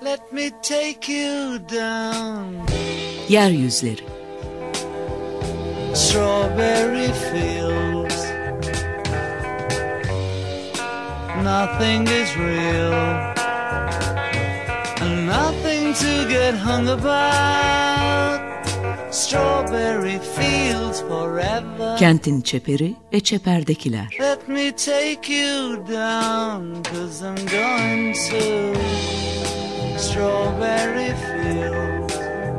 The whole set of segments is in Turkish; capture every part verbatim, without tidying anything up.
Let me take you down. Yeryüzleri. Strawberry fields. Nothing is real. And nothing to get hung about. Strawberry fields forever. Kentin çeperi ve çeperdekiler. Let me take you down, 'cause I'm going to Strawberry fields.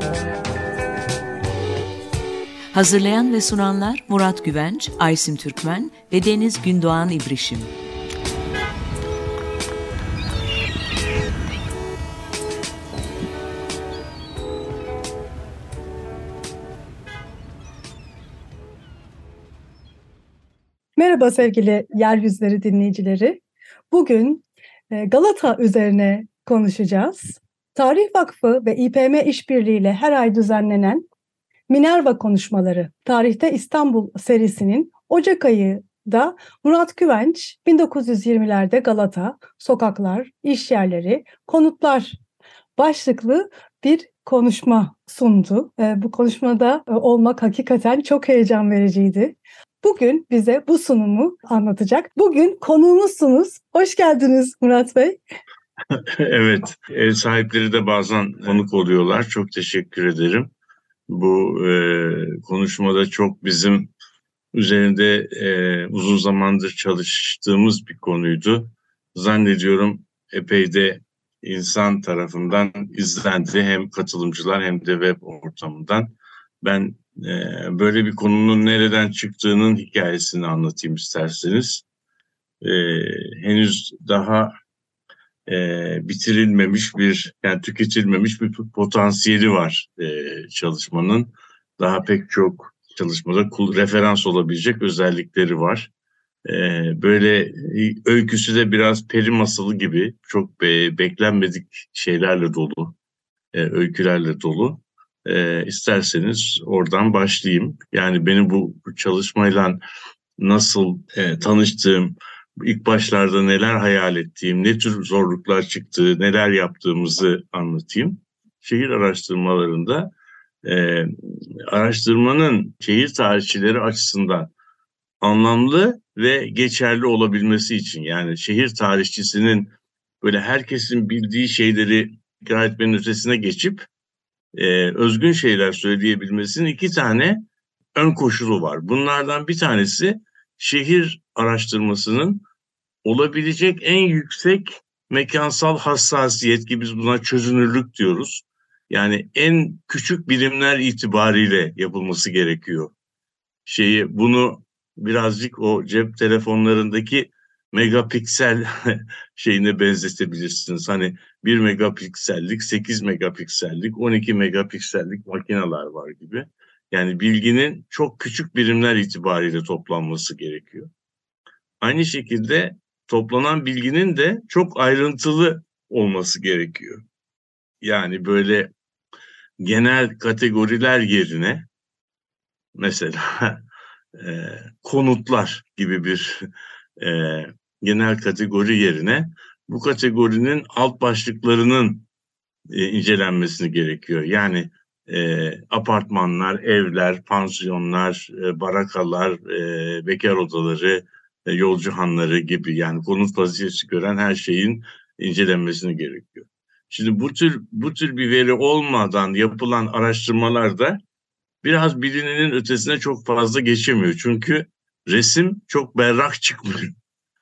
Hazırlayan ve sunanlar Murat Güvenç, Aysim Türkmen ve Deniz Gündoğan İbrişim. Merhaba sevgili Yeryüzleri dinleyicileri. Bugün Galata üzerine konuşacağız. Tarih Vakfı ve İ P M işbirliğiyle her ay düzenlenen Minerva Konuşmaları, Tarihte İstanbul serisinin Ocak ayında Murat Güvenç, bin dokuz yüz yirmilerde Galata, sokaklar, iş yerleri, konutlar başlıklı bir konuşma sundu. Bu konuşmada olmak hakikaten çok heyecan vericiydi. Bugün bize bu sunumu anlatacak. Bugün konuğumuzsunuz. Hoş geldiniz Murat Bey. Evet, ev sahipleri de bazen konuk oluyorlar. Çok teşekkür ederim. Bu e, konuşmada çok bizim üzerinde e, uzun zamandır çalıştığımız bir konuydu. Zannediyorum epey de insan tarafından izlendi. Hem katılımcılar hem de web ortamından. Ben e, böyle bir konunun nereden çıktığının hikayesini anlatayım isterseniz. E, henüz daha e, bitirilmemiş bir, yani tüketilmemiş bir potansiyeli var e, çalışmanın. Daha pek çok çalışmada referans olabilecek özellikleri var. E, böyle öyküsü de biraz peri masalı gibi, çok be, beklenmedik şeylerle dolu, e, öykülerle dolu. E, isterseniz oradan başlayayım. Yani benim bu çalışmayla nasıl e, tanıştığım, ilk başlarda neler hayal ettiğim, ne tür zorluklar çıktığı, neler yaptığımızı anlatayım. Şehir araştırmalarında e, araştırmanın şehir tarihçileri açısından anlamlı ve geçerli olabilmesi için, yani şehir tarihçisinin böyle herkesin bildiği şeyleri ikra etmenin ötesine geçip e, özgün şeyler söyleyebilmesinin iki tane ön koşulu var. Bunlardan bir tanesi şehir araştırmasının olabilecek en yüksek mekansal hassasiyet, ki biz buna çözünürlük diyoruz. Yani en küçük birimler itibariyle yapılması gerekiyor. Şeyi, bunu birazcık o cep telefonlarındaki megapiksel şeyine benzetebilirsiniz. Hani bir megapiksellik, sekiz megapiksellik, on iki megapiksellik makineler var gibi. Yani bilginin çok küçük birimler itibariyle toplanması gerekiyor. Aynı şekilde toplanan bilginin de çok ayrıntılı olması gerekiyor. Yani böyle genel kategoriler yerine mesela e, konutlar gibi bir e, genel kategori yerine bu kategorinin alt başlıklarının e, incelenmesini gerekiyor. Yani e, apartmanlar, evler, pansiyonlar, e, barakalar, e, bekar odaları, e, yolcu hanları gibi, yani konut vaziyeti gören her şeyin incelenmesini gerekiyor. Şimdi bu tür bu tür bir veri olmadan yapılan araştırmalarda biraz bilinenin ötesine çok fazla geçemiyor. Çünkü resim çok berrak çıkmıyor.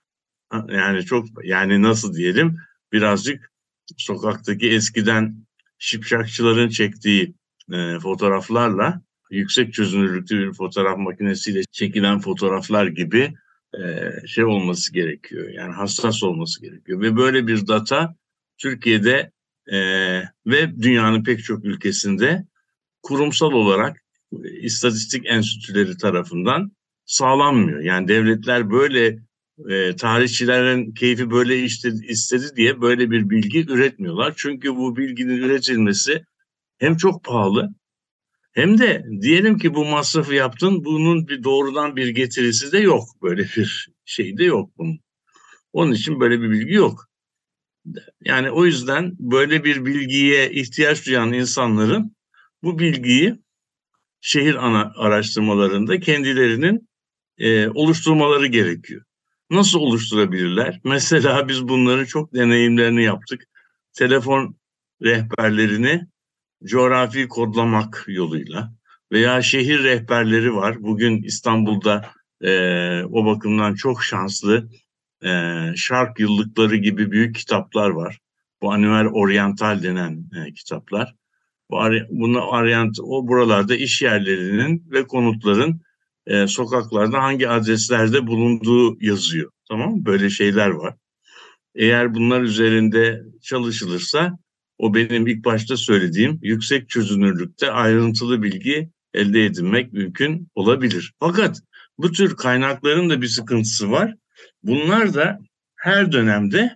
Yani çok, yani nasıl diyelim, birazcık sokaktaki eskiden şipşakçıların çektiği e, fotoğraflarla yüksek çözünürlüklü bir fotoğraf makinesiyle çekilen fotoğraflar gibi e, şey olması gerekiyor. Yani hassas olması gerekiyor. Ve böyle bir data Türkiye'de e, ve dünyanın pek çok ülkesinde kurumsal olarak istatistik enstitüleri tarafından sağlanmıyor. Yani devletler böyle e, tarihçilerin keyfi böyle istedi, istedi diye böyle bir bilgi üretmiyorlar. Çünkü bu bilginin üretilmesi hem çok pahalı, hem de diyelim ki bu masrafı yaptın, bunun bir doğrudan bir getirisi de yok. Böyle bir şey de yok bunun. Onun için böyle bir bilgi yok. Yani o yüzden böyle bir bilgiye ihtiyaç duyan insanların bu bilgiyi şehir ana araştırmalarında kendilerinin e, oluşturmaları gerekiyor. Nasıl oluşturabilirler? Mesela biz bunların çok deneyimlerini yaptık. Telefon rehberlerini coğrafi kodlamak yoluyla veya şehir rehberleri var. Bugün İstanbul'da e, o bakımdan çok şanslı e, Şark Yıllıkları gibi büyük kitaplar var. Bu Annuel Oriental denen e, kitaplar. Bu bunu Orient, o buralarda iş yerlerinin ve konutların e, sokaklarda hangi adreslerde bulunduğu yazıyor. Tamam mı? Böyle şeyler var. Eğer bunlar üzerinde çalışılırsa o benim ilk başta söylediğim yüksek çözünürlükte ayrıntılı bilgi elde edinmek mümkün olabilir. Fakat bu tür kaynakların da bir sıkıntısı var. Bunlar da her dönemde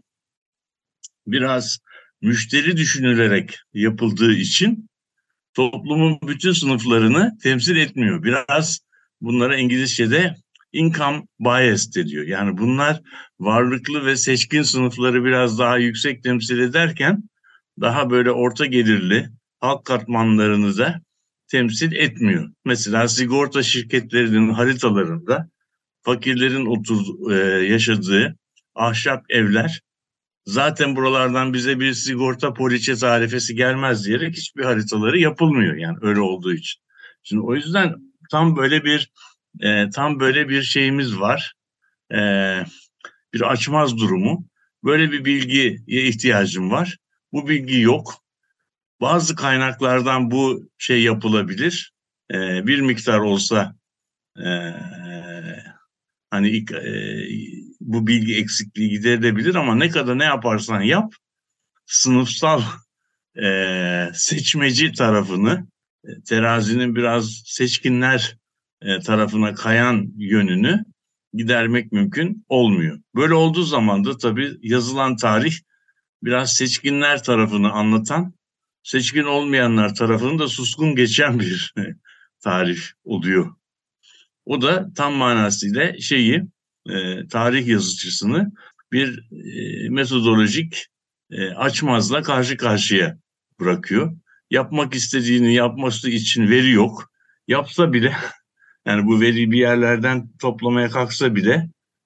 biraz müşteri düşünülerek yapıldığı için toplumun bütün sınıflarını temsil etmiyor. Biraz bunlara İngilizce'de income bias diyor. Yani bunlar varlıklı ve seçkin sınıfları biraz daha yüksek temsil ederken daha böyle orta gelirli halk katmanlarını da temsil etmiyor. Mesela sigorta şirketlerinin haritalarında fakirlerin otur, e, yaşadığı ahşap evler zaten buralardan bize bir sigorta poliçe tarifesi gelmez diyerek hiçbir haritaları yapılmıyor yani öyle olduğu için. Şimdi o yüzden tam böyle bir e, tam böyle bir şeyimiz var. E, bir açmaz durumu. Böyle bir bilgiye ihtiyacım var. Bu bilgi yok. Bazı kaynaklardan bu şey yapılabilir. E, bir miktar olsa e, hani ilk, e, bu bilgi eksikliği giderilebilir ama ne kadar ne yaparsan yap sınıfsal e, seçmeci tarafını e, terazinin biraz seçkinler e, tarafına kayan yönünü gidermek mümkün olmuyor. Böyle olduğu zaman da tabii yazılan tarih biraz seçkinler tarafını anlatan, seçkin olmayanlar tarafını da suskun geçen bir tarih oluyor. O da tam manasıyla şeyi, e, tarih yazıcısını bir e, metodolojik e, açmazla karşı karşıya bırakıyor. Yapmak istediğini yapması için veri yok. Yapsa bile, yani bu veriyi bir yerlerden toplamaya kalksa bile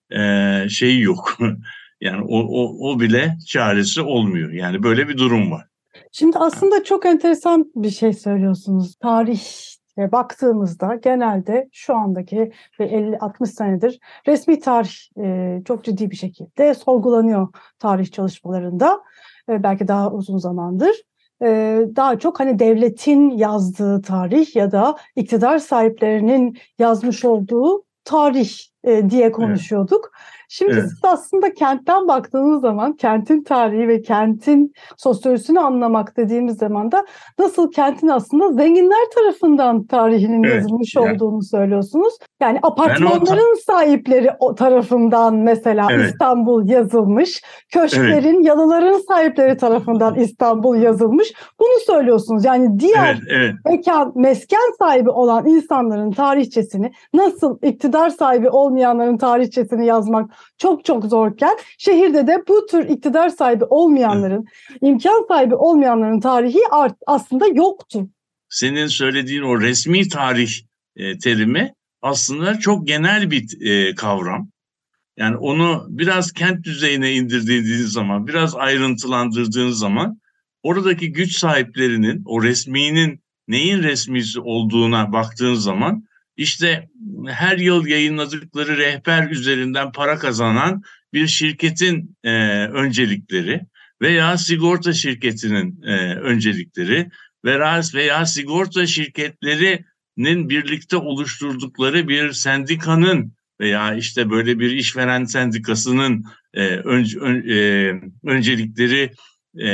e, şeyi yok. Yani o, o, o bile çaresi olmuyor. Yani böyle bir durum var. Şimdi aslında çok enteresan bir şey söylüyorsunuz. Tarih baktığımızda genelde şu andaki ve elli altmış senedir resmi tarih e, çok ciddi bir şekilde sorgulanıyor tarih çalışmalarında. E, belki daha uzun zamandır. E, daha çok hani devletin yazdığı tarih ya da iktidar sahiplerinin yazmış olduğu tarih e, diye konuşuyorduk. Evet. Şimdi evet. Siz aslında kentten baktığınız zaman kentin tarihi ve kentin sosyolojisini anlamak dediğimiz zaman da nasıl kentin aslında zenginler tarafından tarihinin evet. yazılmış yani. Olduğunu söylüyorsunuz. Yani apartmanların ta- sahipleri o tarafından mesela evet. İstanbul yazılmış. Köşklerin, evet. yalıların sahipleri tarafından İstanbul yazılmış. Bunu söylüyorsunuz. Yani diğer evet, evet. mekan, mesken sahibi olan insanların tarihçesini nasıl iktidar sahibi olmayanların tarihçesini yazmak çok çok zorken şehirde de bu tür iktidar sahibi olmayanların, evet. imkan sahibi olmayanların tarihi art, aslında yoktu. Senin söylediğin o resmi tarih e, terimi aslında çok genel bir e, kavram. Yani onu biraz kent düzeyine indirdiğiniz zaman, biraz ayrıntılandırdığınız zaman oradaki güç sahiplerinin, o resminin neyin resmisi olduğuna baktığınız zaman İşte her yıl yayınladıkları rehber üzerinden para kazanan bir şirketin e, öncelikleri veya sigorta şirketinin e, öncelikleri veya, veya sigorta şirketlerinin birlikte oluşturdukları bir sendikanın veya işte böyle bir işveren sendikasının e, ön, ön, e, öncelikleri e,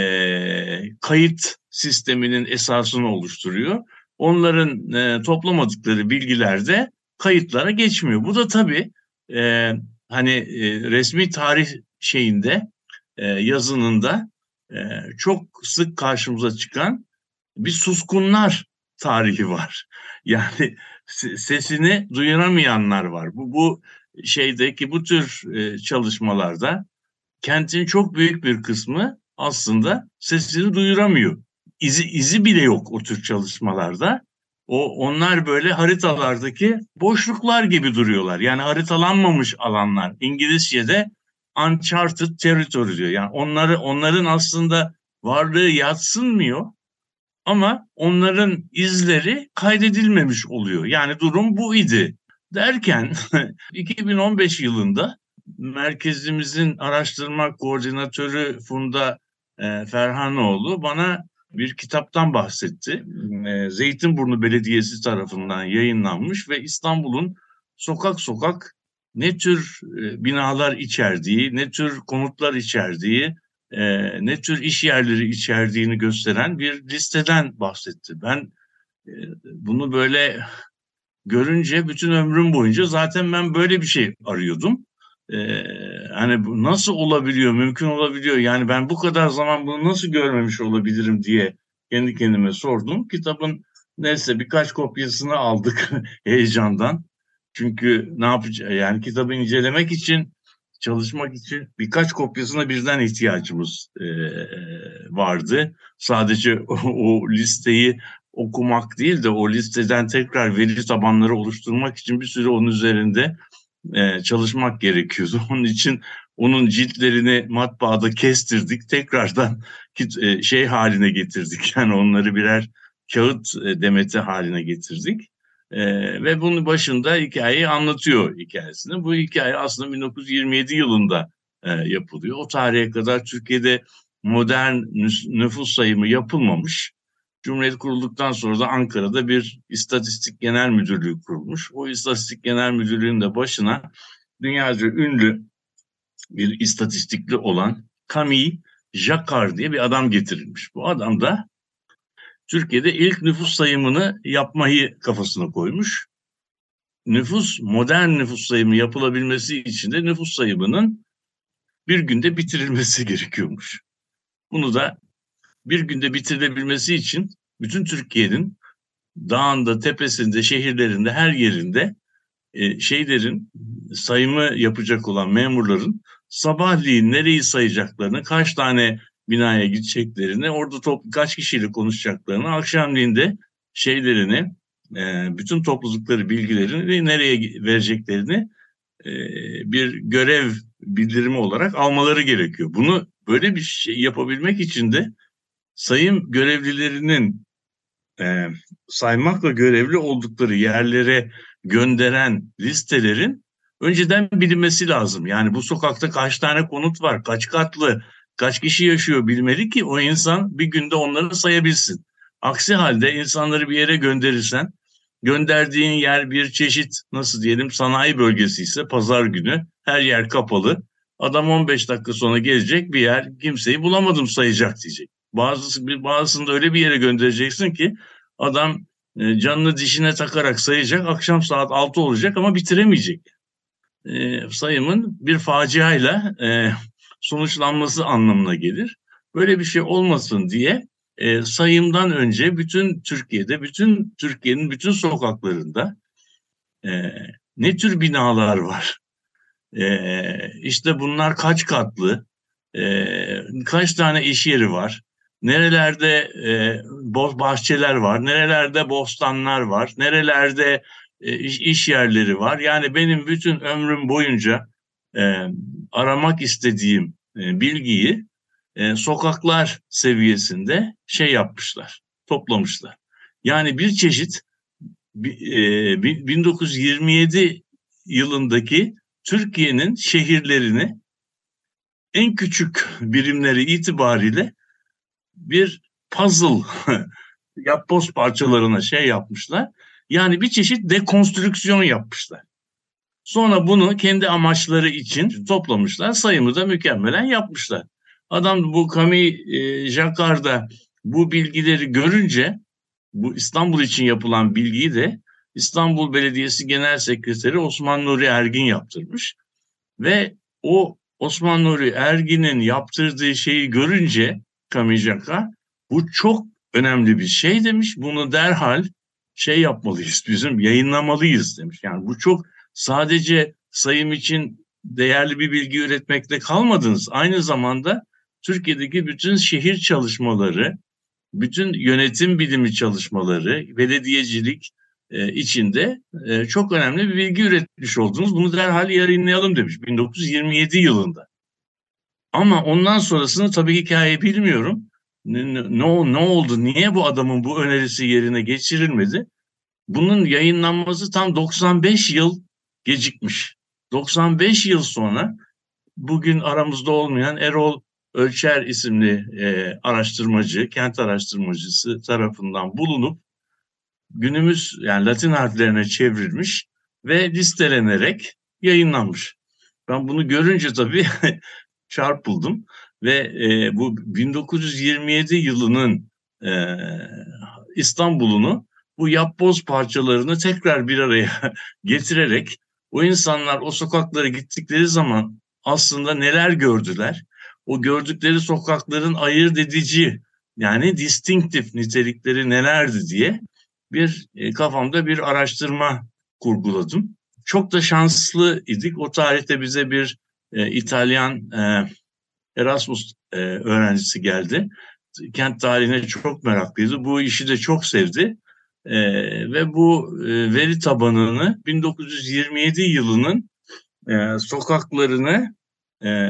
kayıt sisteminin esasını oluşturuyor. Onların e, toplamadıkları bilgiler de kayıtlara geçmiyor. Bu da tabii e, hani e, resmi tarih şeyinde e, yazınında e, çok sık karşımıza çıkan bir suskunlar tarihi var. Yani sesini duyuramayanlar var. Bu bu şeydeki bu tür e, çalışmalarda kentin çok büyük bir kısmı aslında sesini duyuramıyor. İzi, izi bile yok o tür çalışmalarda. O onlar böyle haritalardaki boşluklar gibi duruyorlar. Yani haritalanmamış alanlar. İngilizce'de uncharted territory diyor. Yani onları onların aslında varlığı yadsınmıyor ama onların izleri kaydedilmemiş oluyor. Yani durum bu idi. Derken iki bin on beş yılında merkezimizin araştırma koordinatörü Funda e, Ferhanoğlu bana bir kitaptan bahsetti. E, Zeytinburnu Belediyesi tarafından yayınlanmış ve İstanbul'un sokak sokak ne tür e, binalar içerdiği, ne tür konutlar içerdiği, e, ne tür iş yerleri içerdiğini gösteren bir listeden bahsetti. Ben e, bunu böyle görünce bütün ömrüm boyunca zaten ben böyle bir şey arıyordum. Ee, hani bu nasıl olabiliyor, mümkün olabiliyor. Yani ben bu kadar zaman bunu nasıl görmemiş olabilirim diye kendi kendime sordum. Kitabın neyse birkaç kopyasını aldık heyecandan. Çünkü ne yapacağız? Yani kitabı incelemek için, çalışmak için birkaç kopyasına birden ihtiyacımız e, vardı. Sadece o, o listeyi okumak değil de o listeden tekrar veri tabanları oluşturmak için bir süre onun üzerinde e, çalışmak gerekiyordu. Onun için onun ciltlerini matbaada kestirdik, tekrardan e, şey haline getirdik. Yani onları birer kağıt e, demeti haline getirdik. E, ve bunun başında hikayeyi anlatıyor hikayesini. Bu hikaye aslında bin dokuz yüz yirmi yedi yılında e, yapılıyor. O tarihe kadar Türkiye'de modern nüfus sayımı yapılmamış. Cumhuriyet kurulduktan sonra da Ankara'da bir İstatistik Genel Müdürlüğü kurulmuş. O İstatistik Genel Müdürlüğü'nün de başına dünyaca ünlü bir istatistikli olan Camille Jacquard diye bir adam getirilmiş. Bu adam da Türkiye'de ilk nüfus sayımını yapmayı kafasına koymuş. Nüfus, modern nüfus sayımı yapılabilmesi için de nüfus sayımının bir günde bitirilmesi gerekiyormuş. Bunu da bir günde bitirilebilmesi için bütün Türkiye'nin dağında, tepesinde, şehirlerinde, her yerinde e, şeylerin sayımı yapacak olan memurların sabahleyin nereyi sayacaklarını, kaç tane binaya gideceklerini, orada toplu kaç kişiyle konuşacaklarını, akşamleyin de şeylerini, e, bütün topladıkları bilgilerini ve nereye vereceklerini e, bir görev bildirimi olarak almaları gerekiyor. Bunu böyle bir şey yapabilmek için de sayım görevlilerinin e, saymakla görevli oldukları yerlere gönderen listelerin önceden bilinmesi lazım. Yani bu sokakta kaç tane konut var, kaç katlı, kaç kişi yaşıyor bilmeli ki o insan bir günde onları sayabilsin. Aksi halde insanları bir yere gönderirsen, gönderdiğin yer bir çeşit nasıl diyelim sanayi bölgesi ise pazar günü her yer kapalı. Adam on beş dakika sonra gelecek bir yer kimseyi bulamadım sayacak diyecek. Bazısı, bazısını da öyle bir yere göndereceksin ki adam e, canını dişine takarak sayacak, akşam saat altı olacak ama bitiremeyecek. E, sayımın bir faciayla e, sonuçlanması anlamına gelir. Böyle bir şey olmasın diye e, sayımdan önce bütün Türkiye'de, bütün Türkiye'nin bütün sokaklarında e, ne tür binalar var? E, işte bunlar kaç katlı? E, kaç tane iş yeri var? Nerelerde e, bahçeler var, nerelerde bostanlar var, nerelerde e, iş, iş yerleri var. Yani benim bütün ömrüm boyunca e, aramak istediğim e, bilgiyi e, sokaklar seviyesinde şey yapmışlar, toplamışlar. Yani bir çeşit e, bin dokuz yüz yirmi yedi yılındaki Türkiye'nin şehirlerini en küçük birimleri itibariyle bir puzzle yapboz parçalarına şey yapmışlar. Yani bir çeşit dekonstrüksiyon yapmışlar. Sonra bunu kendi amaçları için toplamışlar. Sayımı da mükemmelen yapmışlar. Adam bu Camille e, Jacquard da bu bilgileri görünce bu İstanbul için yapılan bilgiyi de İstanbul Belediyesi Genel Sekreteri Osman Nuri Ergin yaptırmış. Ve o Osman Nuri Ergin'in yaptırdığı şeyi görünce Camille Jacquard bu çok önemli bir şey demiş. Bunu derhal şey yapmalıyız, bizim yayınlamalıyız demiş. Yani bu çok sadece sayım için değerli bir bilgi üretmekle kalmadınız. Aynı zamanda Türkiye'deki bütün şehir çalışmaları, bütün yönetim bilimi çalışmaları, belediyecilik e, içinde e, çok önemli bir bilgi üretmiş oldunuz. Bunu derhal yayınlayalım demiş bin dokuz yüz yirmi yedi yılında. Ama ondan sonrasını tabii hikayeyi bilmiyorum. Ne, ne, ne oldu? Niye bu adamın bu önerisi yerine geçirilmedi? Bunun yayınlanması tam doksan beş yıl gecikmiş. doksan beş yıl sonra bugün aramızda olmayan Erol Ölçer isimli e, araştırmacı, kent araştırmacısı tarafından bulunup günümüz yani Latin harflerine çevrilmiş ve listelenerek yayınlanmış. Ben bunu görünce tabii çarpıldım ve e, bu bin dokuz yüz yirmi yedi yılının e, İstanbul'unu bu yapboz parçalarını tekrar bir araya getirerek o insanlar o sokaklara gittikleri zaman aslında neler gördüler? O gördükleri sokakların ayırt edici yani distinctive nitelikleri nelerdi diye bir e, kafamda bir araştırma kurguladım. Çok da şanslı idik. O tarihte bize bir e, İtalyan e, Erasmus e, öğrencisi geldi. Kent tarihine çok meraklıydı. Bu işi de çok sevdi. E, ve bu e, veri tabanını bin dokuz yüz yirmi yedi yılının e, sokaklarını e,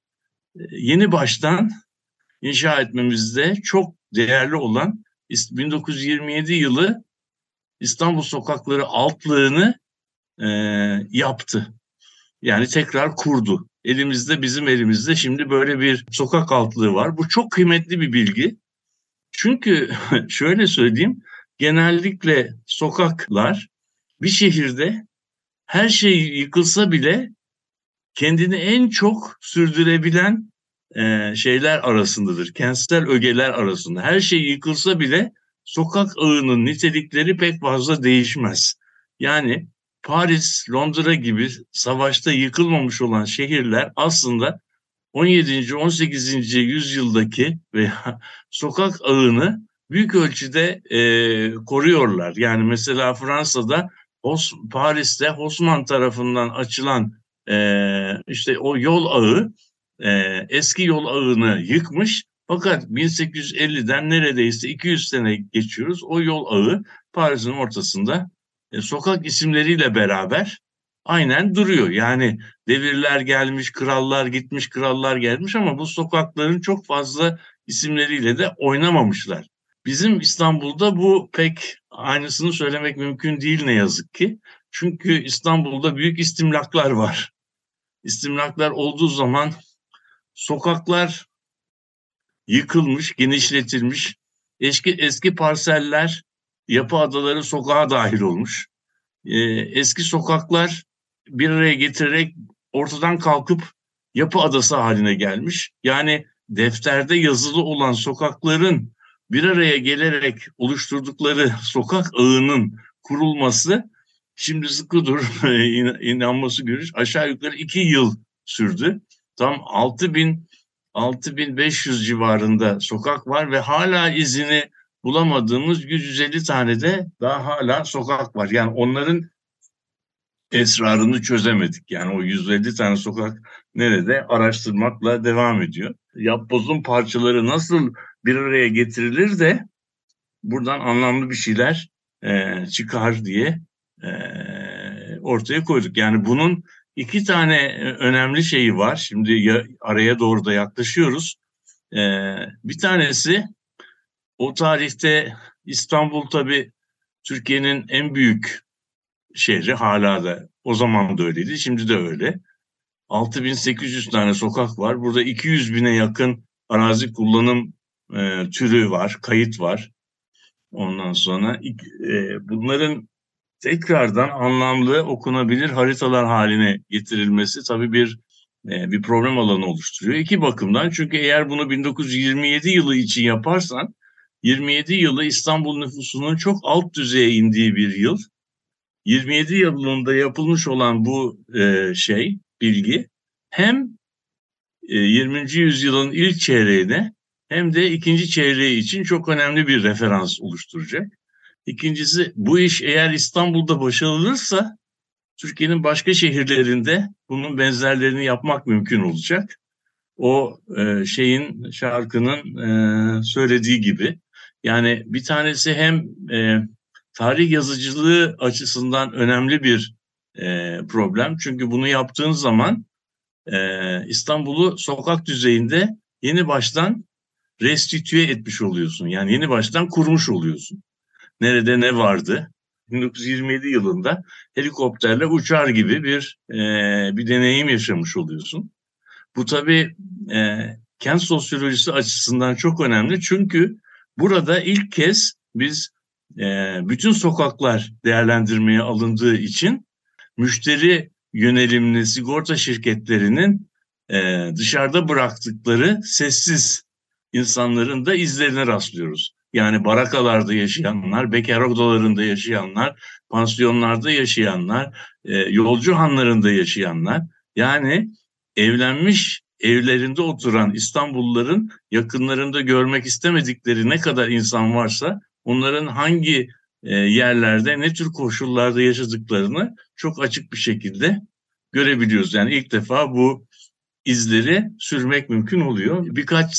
yeni baştan inşa etmemizde çok değerli olan bin dokuz yüz yirmi yedi yılı İstanbul sokakları altlığını e, yaptı. Yani tekrar kurdu. Elimizde, bizim elimizde şimdi böyle bir sokak altlığı var. Bu çok kıymetli bir bilgi. Çünkü şöyle söyleyeyim, genellikle sokaklar bir şehirde her şey yıkılsa bile kendini en çok sürdürebilen e, şeyler arasındadır. Kentsel ögeler arasında. Her şey yıkılsa bile sokak ağının nitelikleri pek fazla değişmez. Yani Paris, Londra gibi savaşta yıkılmamış olan şehirler aslında on yedinci on sekizinci yüzyıldaki veya sokak ağını büyük ölçüde e, koruyorlar. Yani mesela Fransa'da, Os, Paris'te Haussmann tarafından açılan e, işte o yol ağı e, eski yol ağını yıkmış. Fakat bin sekiz yüz elliden neredeyse iki yüz sene geçiyoruz. O yol ağı Paris'in ortasında e, sokak isimleriyle beraber aynen duruyor. Yani devirler gelmiş, krallar gitmiş, krallar gelmiş ama bu sokakların çok fazla isimleriyle de oynamamışlar. Bizim İstanbul'da bu pek aynısını söylemek mümkün değil ne yazık ki. Çünkü İstanbul'da büyük istimlaklar var. İstimlaklar olduğu zaman sokaklar yıkılmış, genişletilmiş. Eski eski parseller, yapı adaları sokağa dahil olmuş. Ee, eski sokaklar bir araya getirerek ortadan kalkıp yapı adası haline gelmiş. Yani defterde yazılı olan sokakların bir araya gelerek oluşturdukları sokak ağının kurulması şimdi sıkı dur inanması görüş aşağı yukarı iki yıl sürdü. Tam altı bin altı bin beş yüz civarında sokak var ve hala izini bulamadığımız yüz yüz elli tane de daha hala sokak var. Yani onların esrarını çözemedik. Yani o yüz elli tane sokak nerede araştırmakla devam ediyor. Yapbozun parçaları nasıl bir araya getirilir de buradan anlamlı bir şeyler e, çıkar diye e, ortaya koyduk. Yani bunun iki tane önemli şeyi var. Şimdi ya, araya doğru da yaklaşıyoruz. E, bir tanesi o tarihte İstanbul tabii Türkiye'nin en büyük şehri, hala da o zaman da öyleydi, şimdi de öyle. altı bin sekiz yüz tane sokak var. Burada iki yüz bine yakın arazi kullanım e, türü var, kayıt var. Ondan sonra e, bunların tekrardan anlamlı, okunabilir haritalar haline getirilmesi tabii bir e, bir problem alanı oluşturuyor. İki bakımdan, çünkü eğer bunu bin dokuz yüz yirmi yedi yılı için yaparsan, yirmi yedi yılı İstanbul nüfusunun çok alt düzeye indiği bir yıl. yirmi yedi yılında yapılmış olan bu e, şey, bilgi hem e, yirminci yüzyılın ilk çeyreğine hem de ikinci çeyreği için çok önemli bir referans oluşturacak. İkincisi, bu iş eğer İstanbul'da başarılırsa Türkiye'nin başka şehirlerinde bunun benzerlerini yapmak mümkün olacak. o e, şeyin şarkının e, söylediği gibi. Yani bir tanesi hem e, tarih yazıcılığı açısından önemli bir e, problem. Çünkü bunu yaptığın zaman e, İstanbul'u sokak düzeyinde yeni baştan restitüe etmiş oluyorsun. Yani yeni baştan kurmuş oluyorsun. Nerede ne vardı? bin dokuz yüz yirmi yedi yılında helikopterle uçar gibi bir e, bir deneyim yaşamış oluyorsun. Bu tabii e, kent sosyolojisi açısından çok önemli. Çünkü burada ilk kez biz e, bütün sokaklar değerlendirmeye alındığı için müşteri yönelimli sigorta şirketlerinin e, dışarıda bıraktıkları sessiz insanların da izlerine rastlıyoruz. Yani barakalarda yaşayanlar, bekar odalarında yaşayanlar, pansiyonlarda yaşayanlar, e, yolcu hanlarında yaşayanlar. Yani evlenmiş evlerinde oturan İstanbulluların yakınlarında görmek istemedikleri ne kadar insan varsa onların hangi e, yerlerde ne tür koşullarda yaşadıklarını çok açık bir şekilde görebiliyoruz. Yani ilk defa bu izleri sürmek mümkün oluyor. Birkaç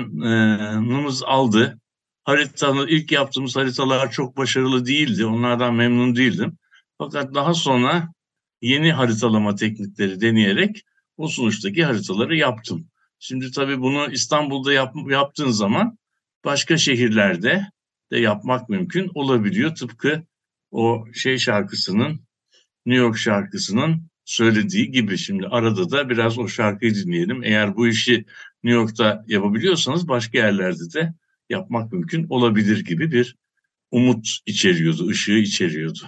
zamanımız aldı. Haritanı, ilk yaptığımız haritalar çok başarılı değildi. Onlardan memnun değildim. Fakat daha sonra yeni haritalama teknikleri deneyerek o sonuçtaki haritaları yaptım. Şimdi tabii bunu İstanbul'da yap, yaptığın zaman başka şehirlerde de yapmak mümkün olabiliyor. Tıpkı o şey şarkısının, New York şarkısının söylediği gibi. Şimdi arada da biraz o şarkıyı dinleyelim. Eğer bu işi New York'ta yapabiliyorsanız başka yerlerde de yapmak mümkün olabilir gibi bir umut içeriyordu, ışığı içeriyordu.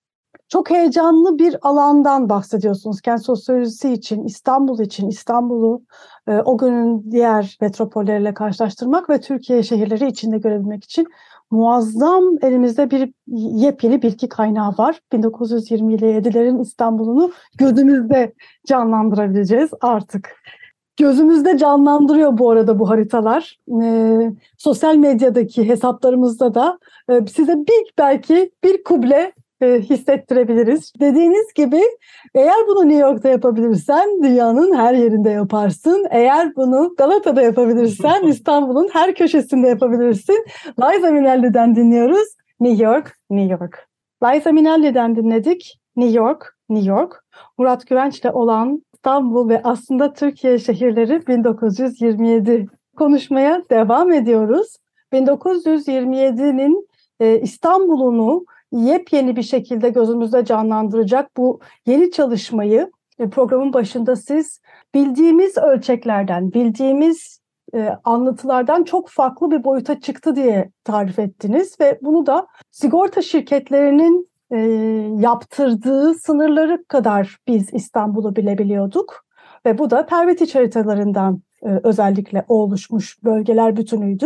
Çok heyecanlı bir alandan bahsediyorsunuz. Kent sosyolojisi için, İstanbul için, İstanbul'u e, o günün diğer metropolleriyle karşılaştırmak ve Türkiye şehirleri içinde görebilmek için muazzam elimizde bir yepyeni bilgi kaynağı var. bin dokuz yüz yirmi yedilerin İstanbul'unu gözümüzde canlandırabileceğiz artık. Gözümüzde canlandırıyor bu arada bu haritalar. E, sosyal medyadaki hesaplarımızda da e, size bir belki bir kuble hissettirebiliriz. Dediğiniz gibi eğer bunu New York'ta yapabilirsen dünyanın her yerinde yaparsın. Eğer bunu Galata'da yapabilirsen İstanbul'un her köşesinde yapabilirsin. Liza Minnelli'den dinliyoruz. New York, New York. Liza Minnelli'den dinledik. New York, New York. Murat Güvenç'le olan İstanbul ve aslında Türkiye şehirleri bin dokuz yüz yirmi yedi konuşmaya devam ediyoruz. bin dokuz yüz yirmi yedinin e, İstanbul'unu yepyeni bir şekilde gözümüzde canlandıracak bu yeni çalışmayı programın başında siz bildiğimiz ölçeklerden, bildiğimiz e, anlatılardan çok farklı bir boyuta çıktı diye tarif ettiniz ve bunu da sigorta şirketlerinin e, yaptırdığı sınırları kadar biz İstanbul'u bilebiliyorduk ve bu da Pervetiç haritalarından e, özellikle oluşmuş bölgeler bütünüydü.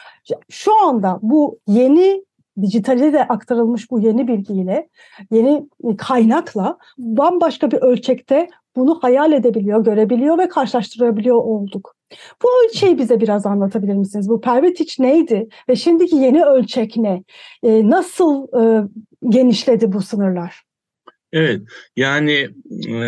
Şu anda bu yeni dijitale de aktarılmış bu yeni bilgiyle, yeni kaynakla bambaşka bir ölçekte bunu hayal edebiliyor, görebiliyor ve karşılaştırabiliyor olduk. Bu ölçeği bize biraz anlatabilir misiniz? Bu Pervetiç neydi ve şimdiki yeni ölçek ne? Ee, nasıl e, genişledi bu sınırlar? Evet, yani e,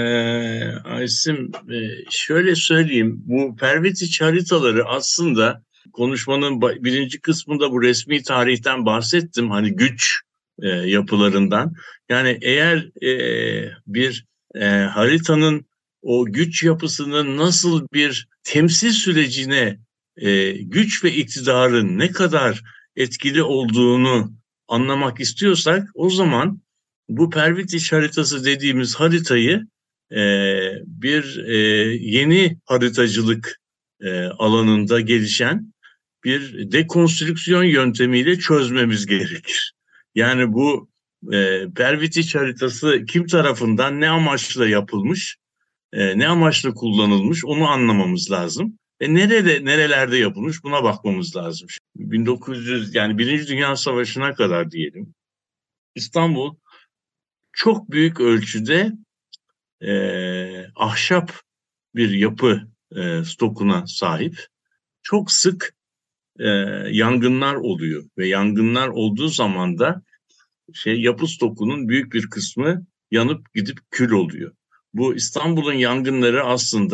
Aysim e, şöyle söyleyeyim, bu Pervetiç haritaları aslında konuşmanın birinci kısmında bu resmi tarihten bahsettim, hani güç e, yapılarından. Yani eğer e, bir e, haritanın o güç yapısının nasıl bir temsil sürecine e, güç ve iktidarın ne kadar etkili olduğunu anlamak istiyorsak o zaman bu Pervetiç haritası dediğimiz haritayı e, bir e, yeni haritacılık e, alanında gelişen bir dekonstrüksiyon yöntemiyle çözmemiz gerekir. Yani bu e, Pervetiç haritası kim tarafından ne amaçla yapılmış, e, ne amaçla kullanılmış onu anlamamız lazım. Ve nerede nerelerde yapılmış buna bakmamız lazım. bin dokuz yüz yani Birinci Dünya Savaşı'na kadar diyelim, İstanbul çok büyük ölçüde e, ahşap bir yapı e, stokuna sahip. Çok sık e, yangınlar oluyor ve yangınlar olduğu zaman da şey yapı stokunun büyük bir kısmı yanıp gidip kül oluyor. Bu İstanbul'un yangınları aslında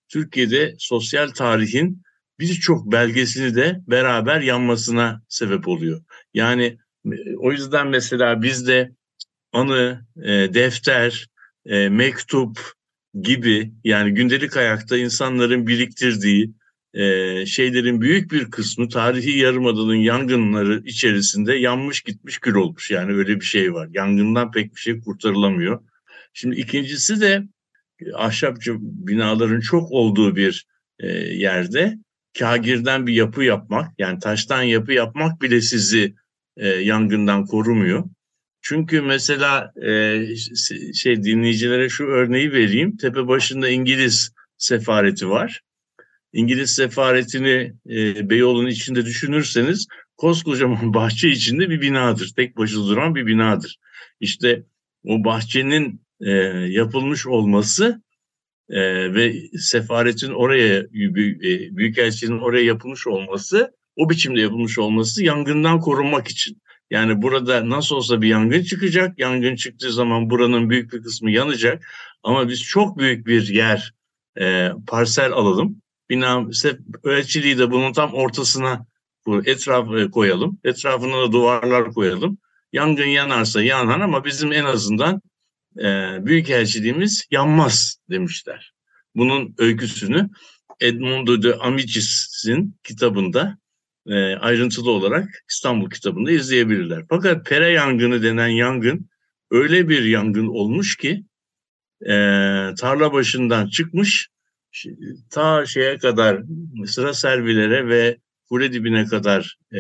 Türkiye'de sosyal tarihin birçok belgesini de beraber yanmasına sebep oluyor. Yani o yüzden mesela bizde anı, e, defter, e, mektup gibi, yani gündelik hayatta insanların biriktirdiği e, şeylerin büyük bir kısmı tarihi yarımadanın yangınları içerisinde yanmış gitmiş kül olmuş. Yani öyle bir şey var. Yangından pek bir şey kurtarılamıyor. Şimdi ikincisi de ahşap binaların çok olduğu bir e, yerde kâgirden bir yapı yapmak, yani taştan yapı yapmak bile sizi e, yangından korumuyor. Çünkü mesela e, şey dinleyicilere şu örneği vereyim. Tepe başında İngiliz sefareti var. İngiliz sefaretini e, Beyoğlu'nun içinde düşünürseniz koskocaman bahçe içinde bir binadır. Tek başına duran bir binadır. İşte o bahçenin e, yapılmış olması e, ve sefaretin oraya, büyükelçinin oraya yapılmış olması, o biçimde yapılmış olması yangından korunmak için. Yani burada nasıl olsa bir yangın çıkacak. Yangın çıktığı zaman buranın büyük bir kısmı yanacak. Ama biz çok büyük bir yer, e, parsel alalım. Bina ölçiliği de bunun tam ortasına etraf koyalım. Etrafına da duvarlar koyalım. Yangın yanarsa yanar ama bizim en azından e, büyükelçiliğimiz yanmaz demişler. Bunun öyküsünü Edmondo de Amicis'in kitabında e, ayrıntılı olarak İstanbul kitabında izleyebilirler. Fakat Pere yangını denen yangın öyle bir yangın olmuş ki e, tarla başından çıkmış, ta şeye kadar, Sıra Servilere ve kule dibine kadar e,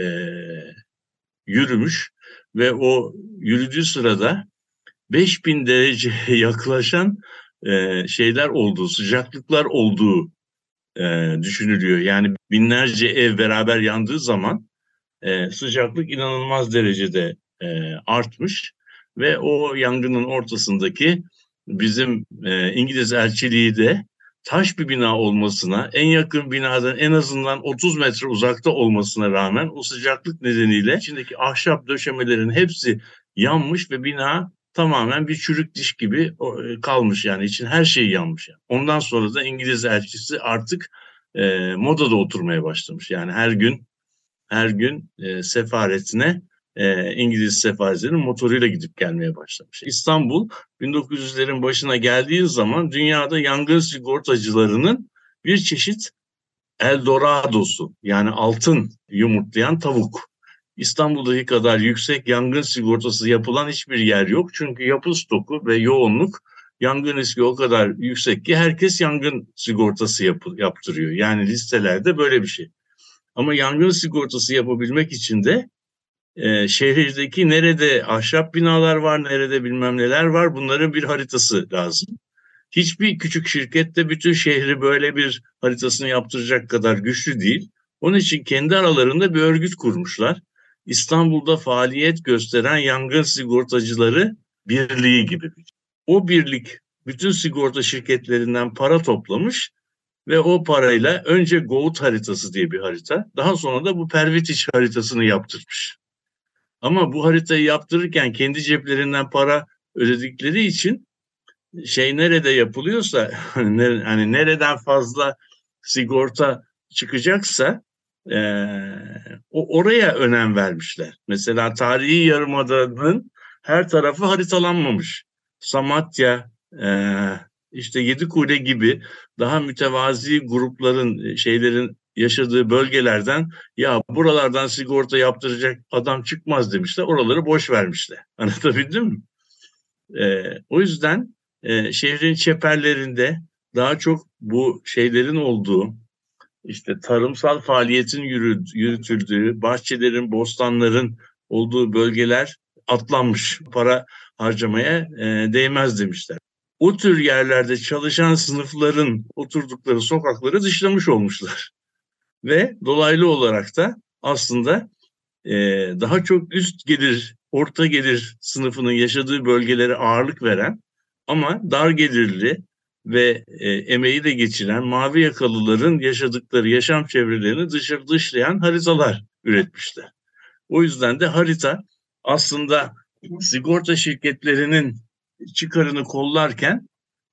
yürümüş ve o yürüdüğü sırada beş bin dereceye yaklaşan e, şeyler olduğu, sıcaklıklar olduğu e, düşünülüyor. Yani binlerce ev beraber yandığı zaman e, sıcaklık inanılmaz derecede e, artmış ve o yangının ortasındaki bizim e, İngiliz elçiliği de taş bir bina olmasına, en yakın binadan en azından otuz metre uzakta olmasına rağmen o sıcaklık nedeniyle içindeki ahşap döşemelerin hepsi yanmış ve bina tamamen bir çürük diş gibi kalmış, yani için her şey yanmış. Ondan sonra da İngiliz elçisi artık e, modada oturmaya başlamış. Yani her gün her gün e, sefaretine e, İngiliz sefaretinin motoruyla gidip gelmeye başlamış. İstanbul bin dokuz yüzlerin başına geldiği zaman dünyada yangın sigortacılarının bir çeşit Eldorado'su, yani altın yumurtlayan tavuk. İstanbul'daki kadar yüksek yangın sigortası yapılan hiçbir yer yok. Çünkü yapı stoku ve yoğunluk, yangın riski o kadar yüksek ki herkes yangın sigortası yapı, yaptırıyor. Yani listelerde böyle bir şey. Ama yangın sigortası yapabilmek için de e, şehirdeki nerede ahşap binalar var, nerede bilmem neler var, bunların bir haritası lazım. Hiçbir küçük şirket de bütün şehri böyle bir haritasını yaptıracak kadar güçlü değil. Onun için kendi aralarında bir örgüt kurmuşlar. İstanbul'da faaliyet gösteren Yangın Sigortacıları Birliği gibi. O birlik bütün sigorta şirketlerinden para toplamış ve o parayla önce Goğut haritası diye bir harita, daha sonra da bu Pervitiç haritasını yaptırmış. Ama bu haritayı yaptırırken kendi ceplerinden para ödedikleri için şey nerede yapılıyorsa, hani nereden fazla sigorta çıkacaksa e, o oraya önem vermişler. Mesela tarihi yarımadanın her tarafı haritalanmamış. Samatya, e, işte Yedikule gibi daha mütevazi grupların, şeylerin yaşadığı bölgelerden ya buralardan sigorta yaptıracak adam çıkmaz demişler. Oraları boş vermişler. Anlatabildim mi? E, o yüzden e, şehrin çeperlerinde daha çok bu şeylerin olduğu, işte tarımsal faaliyetin yürü, yürütüldüğü, bahçelerin, bostanların olduğu bölgeler atlanmış. Para harcamaya e, değmez demişler. O tür yerlerde çalışan sınıfların oturdukları sokakları dışlamış olmuşlar. Ve dolaylı olarak da aslında e, daha çok üst gelir, orta gelir sınıfının yaşadığı bölgelere ağırlık veren ama dar gelirli ve e, emeği de geçiren mavi yakalıların yaşadıkları yaşam çevrelerini dışarı dışlayan haritalar üretmişler. O yüzden de harita aslında sigorta şirketlerinin çıkarını kollarken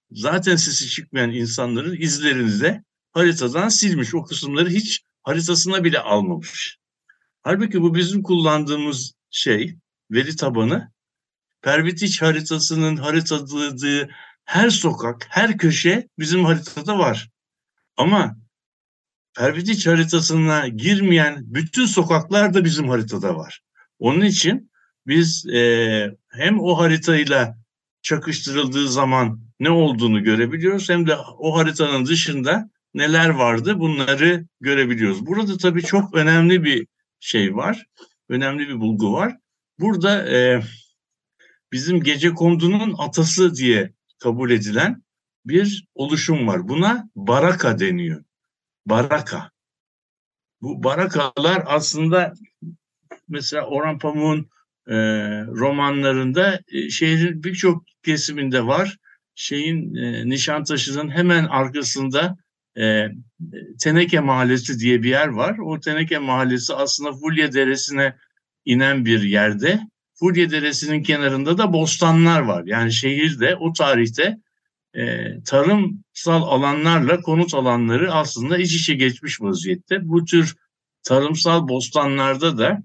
zaten sesi çıkmayan insanların izlerini de haritadan silmiş. O kısımları hiç haritasına bile almamış. Halbuki bu bizim kullandığımız şey, veri tabanı, Pervitiç haritasının haritaladığı her sokak, her köşe bizim haritada var. Ama Pervitiç haritasına girmeyen bütün sokaklar da bizim haritada var. Onun için biz e, hem o haritayla çakıştırıldığı zaman ne olduğunu görebiliyoruz, hem de o haritanın dışında neler vardı bunları görebiliyoruz. Burada tabii çok önemli bir şey var, önemli bir bulgu var. Burada e, bizim Gecekondu'nun atası diye kabul edilen bir oluşum var. Buna baraka deniyor. Baraka. Bu barakalar aslında mesela Orhan Pamuk'un e, romanlarında e, şehrin birçok kesiminde var. Şeyin e, Nişantaşı'nın hemen arkasında e, Teneke Mahallesi diye bir yer var. O Teneke Mahallesi aslında Fulya Deresi'ne inen bir yerde. Fulya Deresi'nin kenarında da bostanlar var. Yani şehirde o tarihte e, tarımsal alanlarla konut alanları aslında iç içe geçmiş vaziyette. Bu tür tarımsal bostanlarda da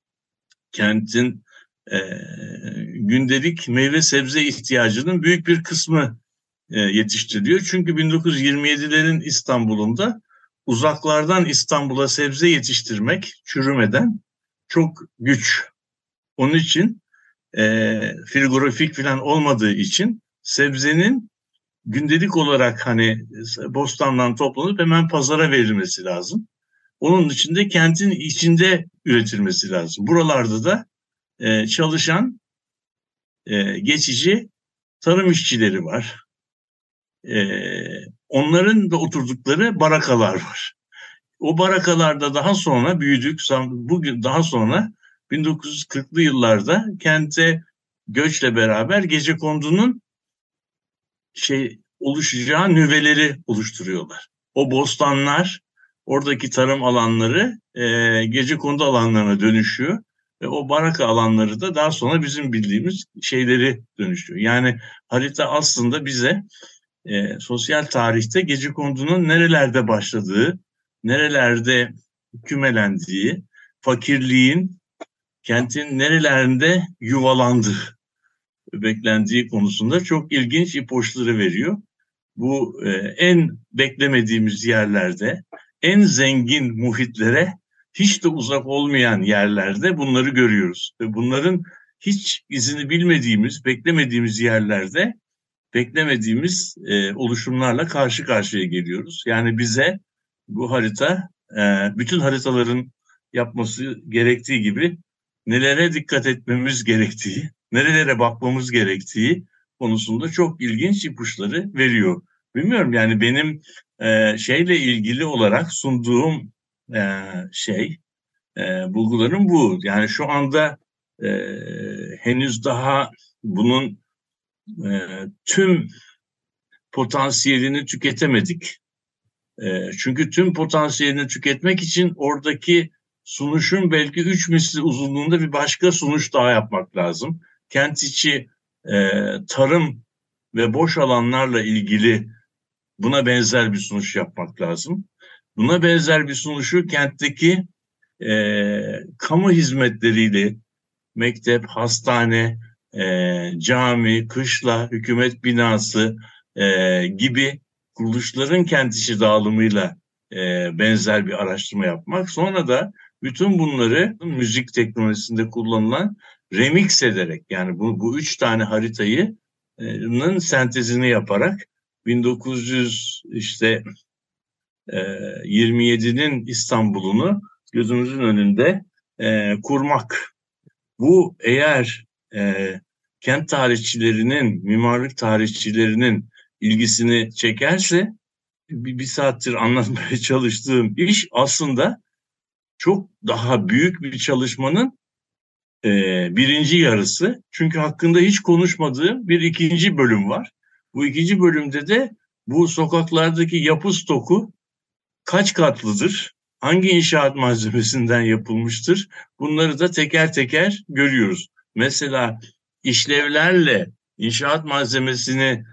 kentin e, gündelik meyve sebze ihtiyacının büyük bir kısmı e, yetiştiriliyor. Çünkü bin dokuz yüz yirmi yedilerin İstanbul'unda uzaklardan İstanbul'a sebze yetiştirmek çürümeden çok güç. Onun için e, frigorifik falan olmadığı için sebzenin gündelik olarak hani bostandan toplanıp hemen pazara verilmesi lazım. Onun için de kentin içinde üretilmesi lazım. Buralarda da e, çalışan e, geçici tarım işçileri var. E, onların da oturdukları barakalar var. O barakalarda daha sonra büyüdük. Bugün daha sonra bin dokuz yüz kırklı yıllarda kente göçle beraber Gecekondu'nun şey oluşacağı nüveleri oluşturuyorlar. O bostanlar, oradaki tarım alanları e, Gecekondu alanlarına dönüşüyor ve o baraka alanları da daha sonra bizim bildiğimiz şeyleri dönüşüyor. Yani harita aslında bize e, sosyal tarihte Gecekondu'nun nerelerde başladığı, nerelerde kümelendiği, fakirliğin kentin nerelerinde yuvalandığı, beklendiği konusunda çok ilginç ipuçları veriyor. Bu e, en beklemediğimiz yerlerde, en zengin muhitlere hiç de uzak olmayan yerlerde bunları görüyoruz. Ve bunların hiç izini bilmediğimiz, beklemediğimiz yerlerde beklemediğimiz e, oluşumlarla karşı karşıya geliyoruz. Yani bize bu harita e, bütün haritaların yapması gerektiği gibi nelere dikkat etmemiz gerektiği, nerelere bakmamız gerektiği konusunda çok ilginç ipuçları veriyor. Bilmiyorum yani benim e, şeyle ilgili olarak sunduğum e, şey, e, bulgularım bu. Yani şu anda e, henüz daha bunun e, tüm potansiyelini tüketemedik. E, çünkü tüm potansiyelini tüketmek için oradaki sunuşun belki üç misli uzunluğunda bir başka sunuş daha yapmak lazım. Kent içi e, tarım ve boş alanlarla ilgili buna benzer bir sunuş yapmak lazım. Buna benzer bir sunuşu kentteki e, kamu hizmetleriyle, mektep, hastane, e, cami, kışla, hükümet binası e, gibi kuruluşların kent içi dağılımıyla e, benzer bir araştırma yapmak. Sonra da bütün bunları müzik teknolojisinde kullanılan remix ederek, yani bu, bu üç tane haritayı'nın sentezini yaparak bin dokuz yüz işte e, yirmi yedinin İstanbul'unu gözümüzün önünde e, kurmak. Bu eğer e, kent tarihçilerinin, mimarlık tarihçilerinin ilgisini çekerse, bir, bir saattir anlatmaya çalıştığım iş aslında çok daha büyük bir çalışmanın e, birinci yarısı. Çünkü hakkında hiç konuşmadığım bir ikinci bölüm var. Bu ikinci bölümde de bu sokaklardaki yapı stoku kaç katlıdır? Hangi inşaat malzemesinden yapılmıştır? Bunları da teker teker görüyoruz. Mesela işlevlerle inşaat malzemesini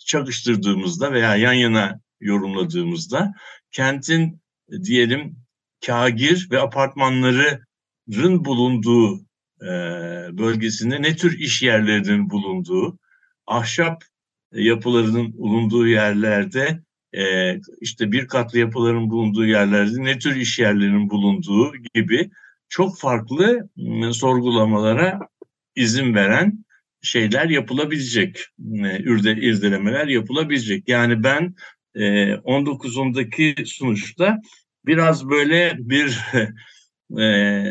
çakıştırdığımızda veya yan yana yorumladığımızda kentin diyelim kâgir ve apartmanların bulunduğu e, bölgesinde ne tür iş yerlerinin bulunduğu, ahşap yapılarının bulunduğu yerlerde, e, işte bir katlı yapıların bulunduğu yerlerde ne tür iş yerlerinin bulunduğu gibi çok farklı e, sorgulamalara izin veren şeyler yapılabilecek, e, ürde, irdelemeler yapılabilecek. Yani ben e, on dokuzundaki sunuşta biraz böyle bir e,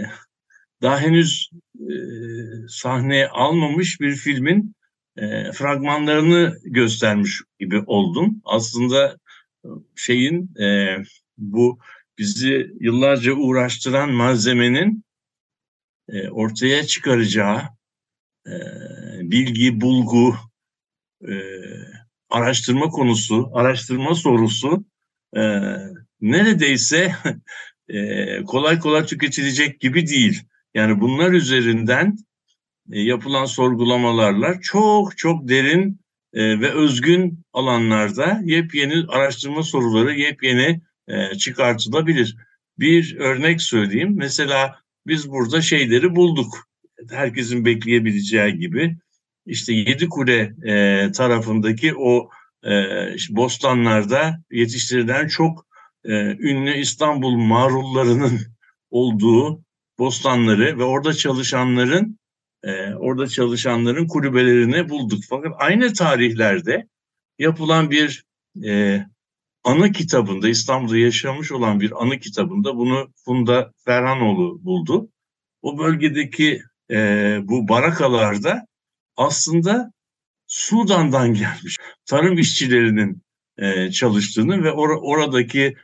daha henüz e, sahneye almamış bir filmin e, fragmanlarını göstermiş gibi oldum. Aslında şeyin e, bu bizi yıllarca uğraştıran malzemenin e, ortaya çıkaracağı e, bilgi, bulgu, e, araştırma konusu, araştırma sorusu e, neredeyse e, kolay kolay tüketilecek gibi değil. Yani bunlar üzerinden e, yapılan sorgulamalarla çok çok derin e, ve özgün alanlarda yepyeni araştırma soruları, yepyeni e, çıkartılabilir. Bir örnek söyleyeyim. Mesela biz burada şeyleri bulduk. Herkesin bekleyebileceği gibi. İşte Yedikule e, tarafındaki o e, işte bostanlarda yetiştirilen çok e, ünlü İstanbul marullarının olduğu bostanları ve orada çalışanların e, orada çalışanların kulübelerini bulduk. Fakat aynı tarihlerde yapılan bir e, anı kitabında, İstanbul'da yaşamış olan bir anı kitabında bunu Funda Ferhanoğlu buldu. O bölgedeki e, bu barakalarda aslında Sudan'dan gelmiş tarım işçilerinin e, çalıştığını ve or- oradaki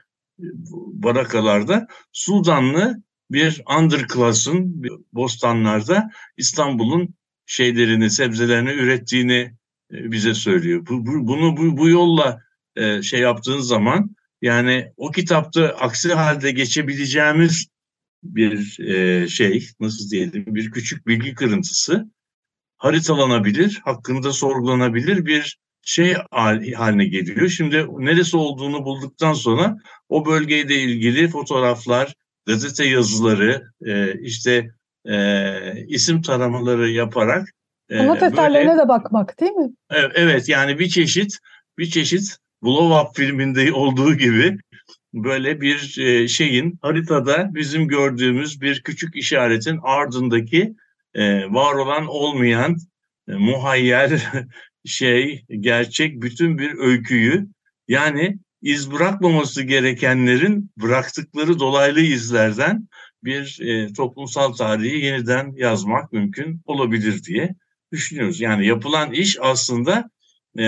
barakalarda Sudanlı bir underclass'ın bostanlarda İstanbul'un şeylerini, sebzelerini ürettiğini e, bize söylüyor. Bu, bu, bunu bu, bu yolla e, şey yaptığın zaman, yani o kitapta aksi halde geçebileceğimiz bir e, şey, nasıl diyelim, bir küçük bilgi kırıntısı haritalanabilir, hakkında sorgulanabilir bir şey haline geliyor. Şimdi neresi olduğunu bulduktan sonra o bölgeyle ilgili fotoğraflar, gazete yazıları, e, işte e, isim taramaları yaparak e, sanat eserlerine de bakmak değil mi? Evet, yani bir çeşit bir çeşit Blow Up filminde olduğu gibi böyle bir şeyin haritada bizim gördüğümüz bir küçük işaretin ardındaki e, var olan olmayan e, muhayyel şey, gerçek bütün bir öyküyü, yani iz bırakmaması gerekenlerin bıraktıkları dolaylı izlerden bir e, toplumsal tarihi yeniden yazmak mümkün olabilir diye düşünüyoruz. Yani yapılan iş aslında e,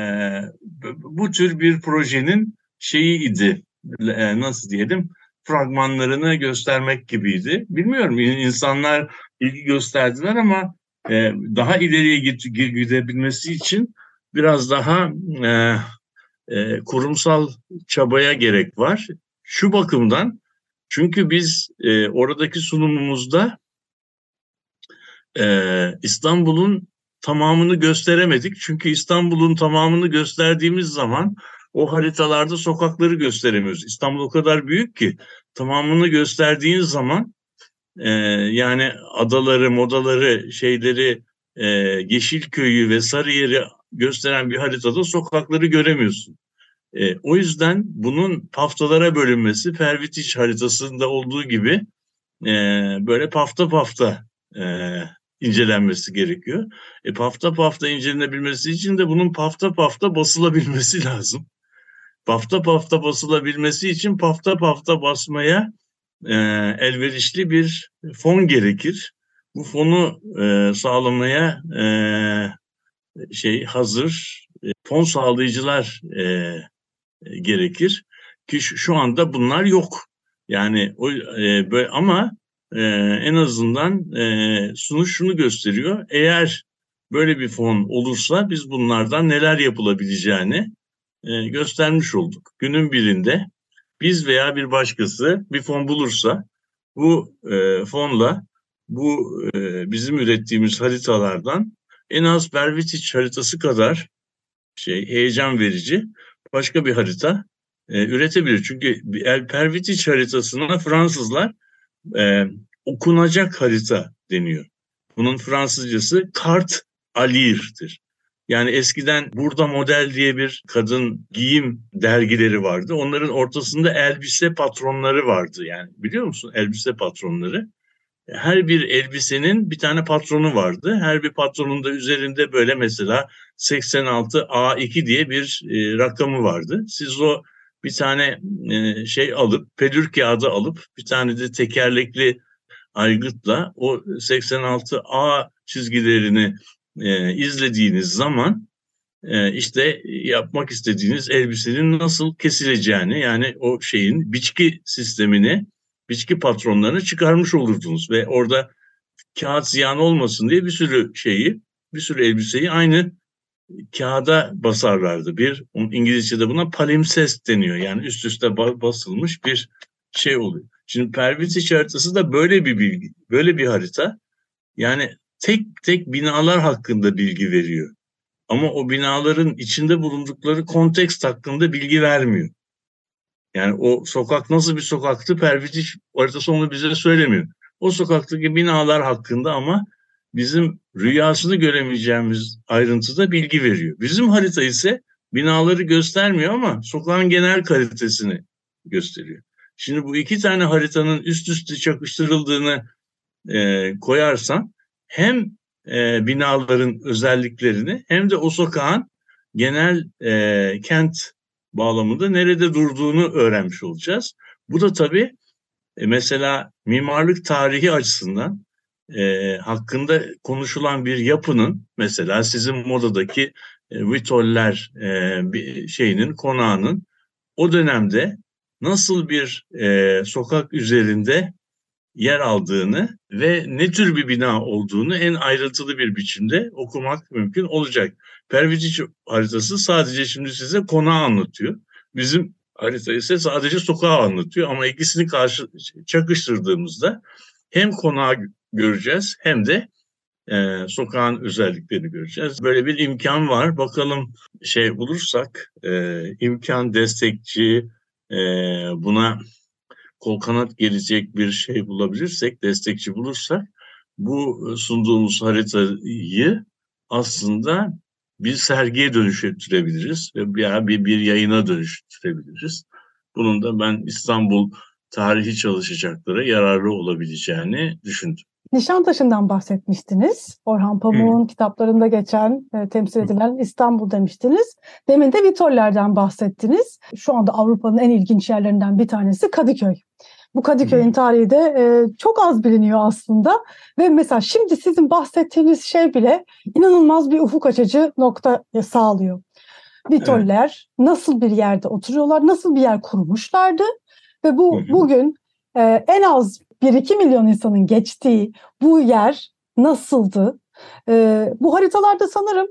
bu tür bir projenin şeyi idi, e, nasıl diyelim, fragmanlarını göstermek gibiydi. Bilmiyorum, insanlar ilgi gösterdiler ama e, daha ileriye gidebilmesi için biraz daha e, e, kurumsal çabaya gerek var. Şu bakımdan, çünkü biz e, oradaki sunumumuzda e, İstanbul'un tamamını gösteremedik. Çünkü İstanbul'un tamamını gösterdiğimiz zaman o haritalarda sokakları gösteremiyoruz. İstanbul o kadar büyük ki tamamını gösterdiğin zaman e, yani adaları, modaları, şeyleri, e, Yeşilköy'ü ve Sarıyer'i gösteren bir haritada sokakları göremiyorsun. E, o yüzden bunun paftalara bölünmesi, Pervitiç haritasında olduğu gibi e, böyle pafta pafta e, incelenmesi gerekiyor. E, pafta pafta incelenebilmesi için de bunun pafta pafta basılabilmesi lazım. Pafta pafta basılabilmesi için pafta pafta basmaya e, elverişli bir fon gerekir. Bu fonu e, sağlamaya e, şey hazır e, fon sağlayıcılar e, gerekir ki şu, şu anda bunlar yok. Yani o e, böyle, ama e, en azından e, sunuş şunu gösteriyor: eğer böyle bir fon olursa biz bunlardan neler yapılabileceğini e, göstermiş olduk. Günün birinde biz veya bir başkası bir fon bulursa bu e, fonla bu e, bizim ürettiğimiz haritalardan en az Pervitiç haritası kadar şey heyecan verici başka bir harita e, üretebilir. Çünkü El Pervitiç haritasına Fransızlar e, okunacak harita deniyor. Bunun Fransızcası Carte à lire'dir. Yani eskiden Burada Model diye bir kadın giyim dergileri vardı. Onların ortasında elbise patronları vardı. Yani biliyor musun elbise patronları? Her bir elbisenin bir tane patronu vardı. Her bir patronun da üzerinde böyle mesela seksen altı A iki diye bir e, rakamı vardı. Siz o bir tane e, şey alıp, pelür kağıdı alıp bir tane de tekerlekli aygıtla o seksen altı A çizgilerini e, izlediğiniz zaman e, işte yapmak istediğiniz elbisenin nasıl kesileceğini, yani o şeyin biçki sistemini, biçki patronlarını çıkarmış olurdunuz ve orada kağıt ziyan olmasın diye bir sürü şeyi, bir sürü elbiseyi aynı kağıda basarlardı. Bir, İngilizce'de buna palimpsest deniyor. Yani üst üste basılmış bir şey oluyor. Şimdi Pervitiç haritası da böyle bir bilgi, böyle bir harita. Yani tek tek binalar hakkında bilgi veriyor. Ama o binaların içinde bulundukları kontekst hakkında bilgi vermiyor. Yani o sokak nasıl bir sokaktı, Pervitiç haritası onu bize söylemiyor. O sokaktaki binalar hakkında ama bizim rüyasını göremeyeceğimiz ayrıntıda bilgi veriyor. Bizim harita ise binaları göstermiyor ama sokağın genel kalitesini gösteriyor. Şimdi bu iki tane haritanın üst üste çakıştırıldığını e, koyarsan hem e, binaların özelliklerini hem de o sokağın genel e, kent bağlamında nerede durduğunu öğrenmiş olacağız. Bu da tabii e, mesela mimarlık tarihi açısından e, hakkında konuşulan bir yapının, mesela sizin Moda'daki e, Vitoller e, bir şeyinin, konağının o dönemde nasıl bir e, sokak üzerinde yer aldığını ve ne tür bir bina olduğunu en ayrıntılı bir biçimde okumak mümkün olacak. Pervitiç haritası sadece şimdi size konağı anlatıyor. Bizim harita ise sadece sokağı anlatıyor ama ikisini karşı çakıştırdığımızda hem konağı göreceğiz hem de e, sokağın özelliklerini göreceğiz. Böyle bir imkan var. Bakalım şey bulursak, e, imkan destekçi, e, buna kol kanat gelecek bir şey bulabilirsek, destekçi bulursak bu sunduğumuz haritayı aslında bir sergiye dönüştürebiliriz ve bir, bir, bir yayına dönüştürebiliriz. Bunun da ben İstanbul tarihi çalışacaklara yararlı olabileceğini düşündüm. Nişantaşı'ndan bahsetmiştiniz. Orhan Pamuk'un kitaplarında geçen, e, temsil edilen İstanbul demiştiniz. Demin de Vitoller'den bahsettiniz. Şu anda Avrupa'nın en ilginç yerlerinden bir tanesi Kadıköy. Bu Kadıköy'ün tarihi de e, çok az biliniyor aslında. Ve mesela şimdi sizin bahsettiğiniz şey bile inanılmaz bir ufuk açıcı nokta sağlıyor. Vitoller evet. Nasıl bir yerde oturuyorlar, nasıl bir yer kurmuşlardı ve bu hı hı. bugün e, en az bir iki milyon insanın geçtiği bu yer nasıldı? E, bu haritalarda sanırım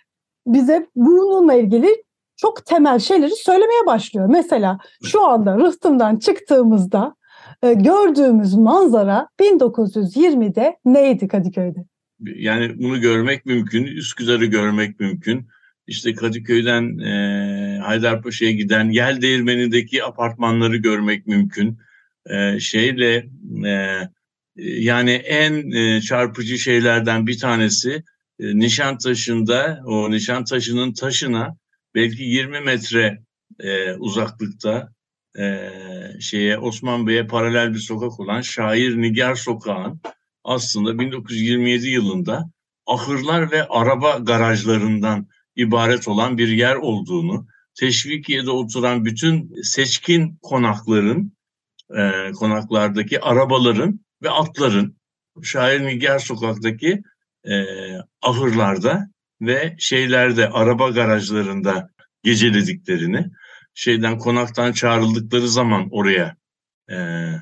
bize bununla ilgili çok temel şeyleri söylemeye başlıyor. Mesela şu anda Rıhtım'dan çıktığımızda e, gördüğümüz manzara bin dokuz yüz yirmide neydi Kadıköy'de? Yani bunu görmek mümkün, Üsküdar'ı görmek mümkün. İşte Kadıköy'den e, Haydarpaşa'ya giden Yeldeğirmeni'ndeki apartmanları görmek mümkün. E, şeyle e, yani en e, çarpıcı şeylerden bir tanesi e, Nişantaşı'nda, o Nişantaşı'nın taşına belki yirmi metre e, uzaklıkta e, şeye Osman Bey'e paralel bir sokak olan Şair Nigar Sokağı'nın aslında bin dokuz yüz yirmi yedi yılında ahırlar ve araba garajlarından ibaret olan bir yer olduğunu, Teşvikiye'de oturan bütün seçkin konakların, e, konaklardaki arabaların ve atların Şair Nigar Sokak'taki e, ahırlarda ve şeylerde, araba garajlarında gecelediklerini, şeyden konaktan çağrıldıkları zaman oraya e,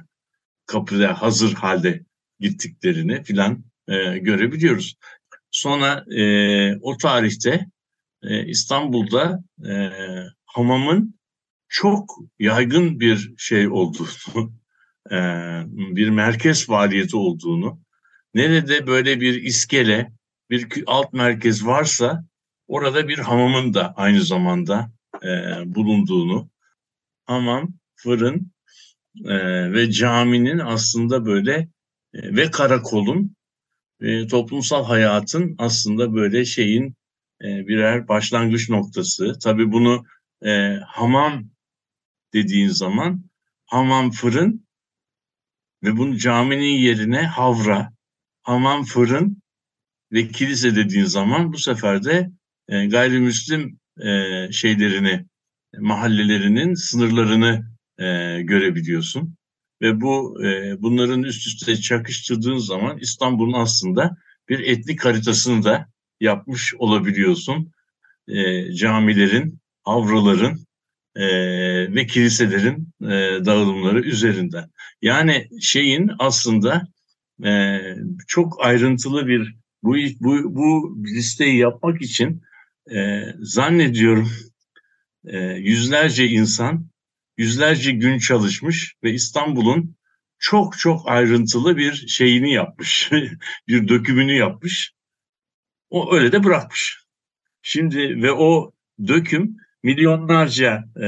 kapıda hazır halde gittiklerini filan e, görebiliyoruz. Sonra e, o tarihte e, İstanbul'da e, hamamın çok yaygın bir şey olduğunu, e, bir merkez faaliyeti olduğunu, nerede böyle bir iskele, bir alt merkez varsa orada bir hamamın da aynı zamanda e, bulunduğunu, hamam, fırın e, ve caminin aslında böyle e, ve karakolun e, toplumsal hayatın aslında böyle şeyin e, birer başlangıç noktası. Tabii bunu e, hamam dediğin zaman hamam, fırın ve bunun caminin yerine havra, hamam, fırın ve kilise dediğin zaman bu sefer de e, gayrimüslim e, şeylerini, mahallelerinin sınırlarını e, görebiliyorsun. Ve bu e, bunların üst üste çakıştırdığın zaman İstanbul'un aslında bir etnik haritasını da yapmış olabiliyorsun. E, camilerin, avraların e, ve kiliselerin e, dağılımları üzerinden. Yani şeyin aslında e, çok ayrıntılı bir bu bu bu listeyi yapmak için e, zannediyorum e, yüzlerce insan yüzlerce gün çalışmış ve İstanbul'un çok çok ayrıntılı bir şeyini yapmış, bir dökümünü yapmış. O öyle de bırakmış. Şimdi ve o döküm milyonlarca e,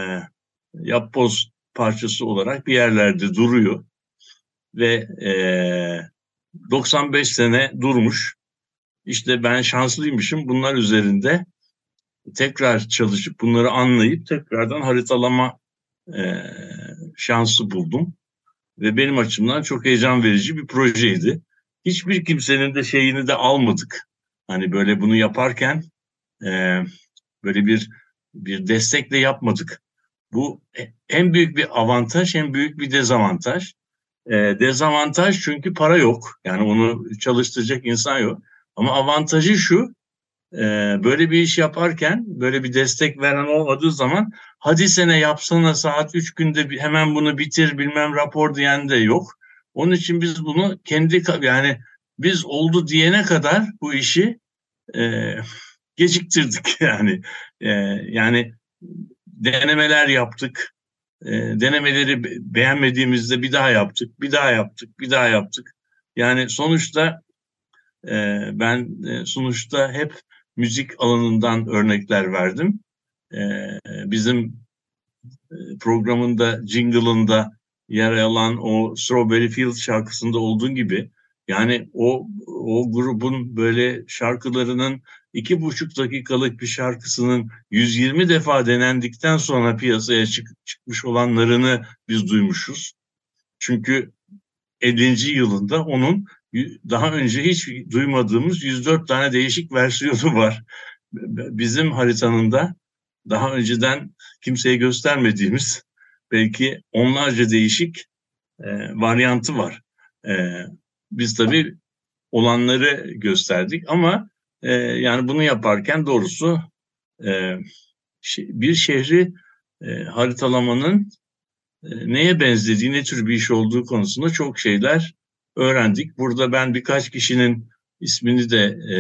yapboz parçası olarak bir yerlerde duruyor ve e, doksan beş sene durmuş. İşte ben şanslıymışım, bunlar üzerinde tekrar çalışıp bunları anlayıp tekrardan haritalama e, şansı buldum. Ve benim açımdan çok heyecan verici bir projeydi. Hiçbir kimsenin de şeyini de almadık. Hani böyle bunu yaparken e, böyle bir bir destekle yapmadık. Bu hem büyük bir avantaj hem büyük bir dezavantaj. E, dezavantaj çünkü para yok. Yani onu çalıştıracak insan yok. Ama avantajı şu, e, böyle bir iş yaparken böyle bir destek veren olmadığı zaman hadi sene yapsana saat üç günde hemen bunu bitir bilmem rapor diyen de yok. Onun için biz bunu kendi yani biz oldu diyene kadar bu işi e, geciktirdik yani. E, yani denemeler yaptık. E, denemeleri beğenmediğimizde bir daha yaptık, bir daha yaptık, bir daha yaptık. Yani sonuçta e, ben e, sonuçta hep müzik alanından örnekler verdim. E, bizim programında, jingle'ında yer alan o Strawberry Fields şarkısında olduğu gibi yani o o grubun böyle şarkılarının iki buçuk dakikalık bir şarkısının yüz yirmi defa denendikten sonra piyasaya çık, çıkmış olanlarını biz duymuşuz. Çünkü ellinci yılında onun daha önce hiç duymadığımız yüz dört tane değişik versiyonu var. Bizim haritanın da daha önceden kimseye göstermediğimiz belki onlarca değişik e, varyantı var. E, biz tabii olanları gösterdik ama e, yani bunu yaparken doğrusu e, bir şehri e, haritalamanın e, neye benzediği, ne tür bir iş olduğu konusunda çok şeyler öğrendik. Burada ben birkaç kişinin ismini de e,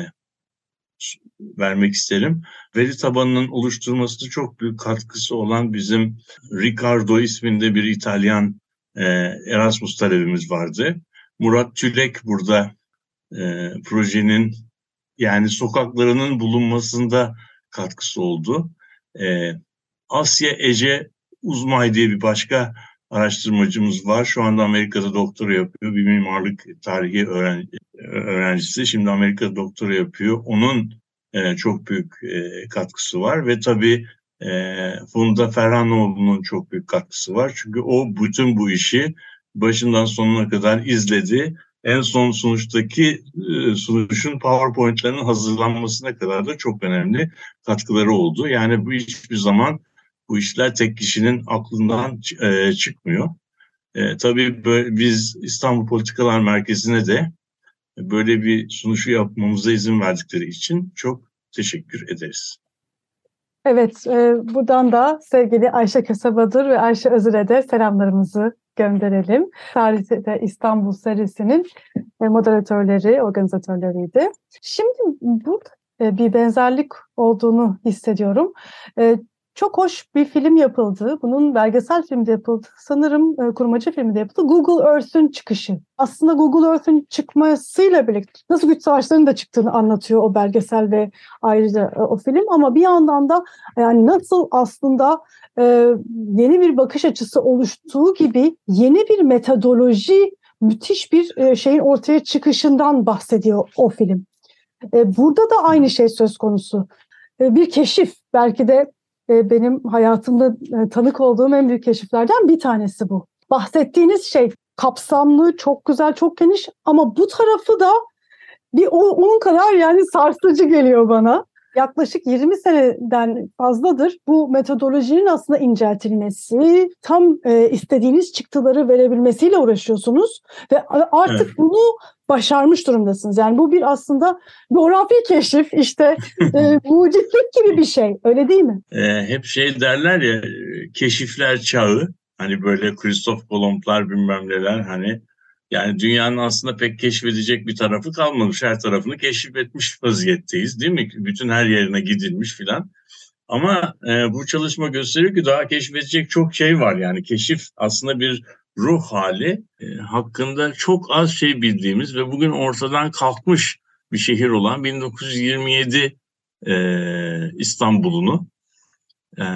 vermek isterim. Veri tabanının oluşturmasında çok büyük katkısı olan bizim Riccardo isminde bir İtalyan e, Erasmus talebimiz vardı. Murat Tülek burada e, projenin yani sokaklarının bulunmasında katkısı oldu. E, Asya Ece Uzmay diye bir başka araştırmacımız var. Şu anda Amerika'da doktora yapıyor. Bir mimarlık tarihi öğren öğrencisi. Şimdi Amerika'da doktora yapıyor. Onun e, çok büyük e, katkısı var ve tabii e, Funda Ferhanoğlu'nun çok büyük katkısı var. Çünkü o bütün bu işi başından sonuna kadar izledi. En son sonuçtaki e, sonuçun PowerPoint'lerinin hazırlanmasına kadar da çok önemli katkıları oldu. Yani bu hiçbir zaman bu işler tek kişinin aklından e, çıkmıyor. E, tabii böyle, biz İstanbul Politikalar Merkezi'ne de böyle bir sunuşu yapmamıza izin verdikleri için çok teşekkür ederiz. Evet, e, buradan da sevgili Ayşe Kösebadır ve Ayşe Özür'e de selamlarımızı gönderelim. Tarihte İstanbul serisinin e, moderatörleri, organizatörleriydi. Şimdi burada e, bir benzerlik olduğunu hissediyorum. E, Çok hoş bir film yapıldı. Bunun belgesel filmi de yapıldı. Sanırım e, kurmaca filmi de yapıldı. Google Earth'ün çıkışı. Aslında Google Earth'ün çıkmasıyla birlikte nasıl güç savaşlarının da çıktığını anlatıyor o belgesel ve ayrıca e, o film. Ama bir yandan da yani nasıl aslında e, yeni bir bakış açısı oluştuğu gibi yeni bir metodoloji, müthiş bir e, şeyin ortaya çıkışından bahsediyor o film. E, burada da aynı şey söz konusu. E, bir keşif, belki de e, benim hayatımda e, tanık olduğum en büyük keşiflerden bir tanesi bu. Bahsettiğiniz şey kapsamlı, çok güzel, çok geniş ama bu tarafı da bir onun kadar yani sarsıcı geliyor bana. Yaklaşık yirmi seneden fazladır bu metodolojinin aslında inceltilmesi, tam e, istediğiniz çıktıları verebilmesiyle uğraşıyorsunuz ve artık evet. bunu başarmış durumdasınız. Yani bu bir aslında coğrafi keşif, işte e, mucitlik gibi bir şey, öyle değil mi? E, hep şey derler ya, keşifler çağı, hani böyle Kristof Kolomblar bilmem neler, hani yani dünyanın aslında pek keşfedecek bir tarafı kalmamış. Her tarafını keşfetmiş vaziyetteyiz, değil mi? Bütün her yerine gidilmiş filan. Ama e, bu çalışma gösteriyor ki daha keşfedecek çok şey var. Yani keşif aslında bir ruh hali. E, hakkında çok az şey bildiğimiz ve bugün ortadan kalkmış bir şehir olan bin dokuz yüz yirmi yedi e, İstanbul'unu e,